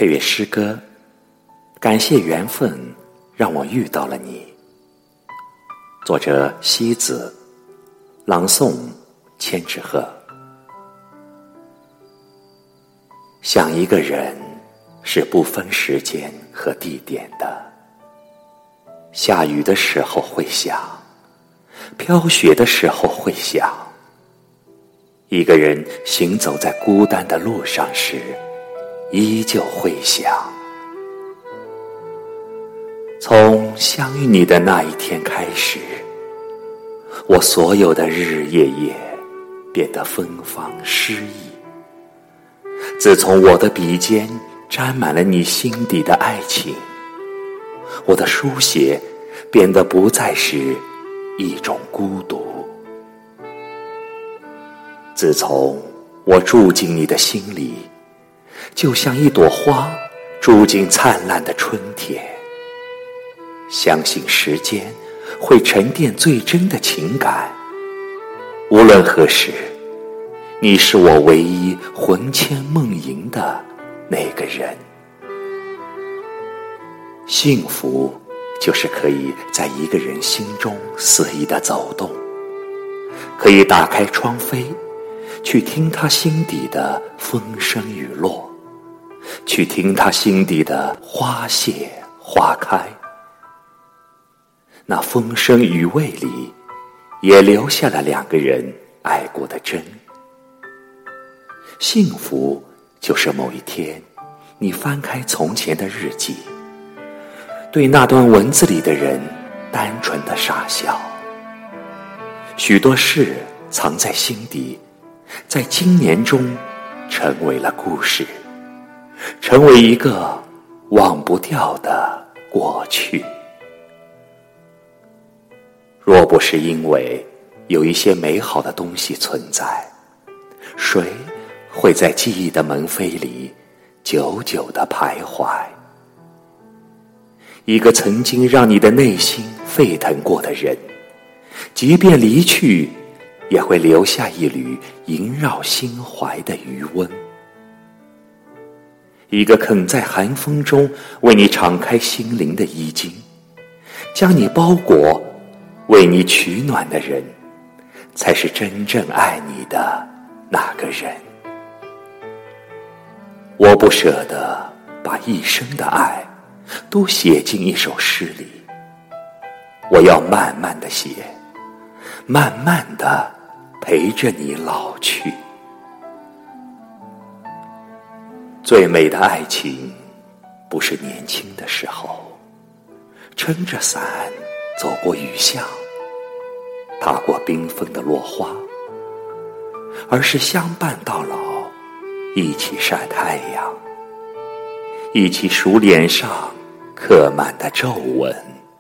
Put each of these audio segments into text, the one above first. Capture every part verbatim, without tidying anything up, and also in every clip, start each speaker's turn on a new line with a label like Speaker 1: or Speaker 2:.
Speaker 1: 配乐诗歌，感谢缘分让我遇到了你。作者西子，朗诵千纸鹤。想一个人是不分时间和地点的，下雨的时候会想，飘雪的时候会想，一个人行走在孤单的路上时依旧会想。从相遇你的那一天开始，我所有的日日夜夜变得芬芳诗意。自从我的笔尖沾满了你心底的爱情，我的书写变得不再是一种孤独。自从我住进你的心里，就像一朵花住进灿烂的春天。相信时间会沉淀最真的情感，无论何时，你是我唯一魂牵梦萦的那个人。幸福就是可以在一个人心中肆意地走动，可以打开窗扉，去听他心底的风声雨落，去听他心底的花谢花开。那风声雨味里也留下了两个人爱过的真。幸福就是某一天你翻开从前的日记，对那段文字里的人单纯的傻笑。许多事藏在心底，在今年中成为了故事，成为一个忘不掉的过去。若不是因为有一些美好的东西存在，谁会在记忆的门扉里久久地徘徊？一个曾经让你的内心沸腾过的人，即便离去，也会留下一缕萦绕心怀的余温。一个肯在寒风中为你敞开心灵的衣襟，将你包裹，为你取暖的人，才是真正爱你的那个人。我不舍得把一生的爱都写进一首诗里，我要慢慢地写，慢慢地陪着你老去。最美的爱情不是年轻的时候撑着伞走过雨巷，踏过缤纷的落花，而是相伴到老，一起晒太阳，一起数脸上刻满的皱纹。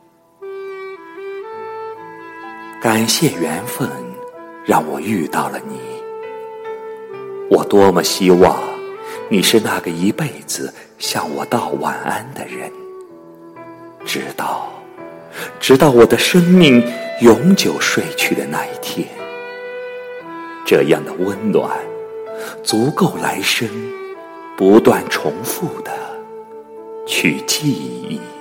Speaker 1: 感谢缘分让我遇到了你，我多么希望你是那个一辈子向我道晚安的人，直到直到我的生命永久睡去的那一天。这样的温暖足够来生不断重复的去记忆。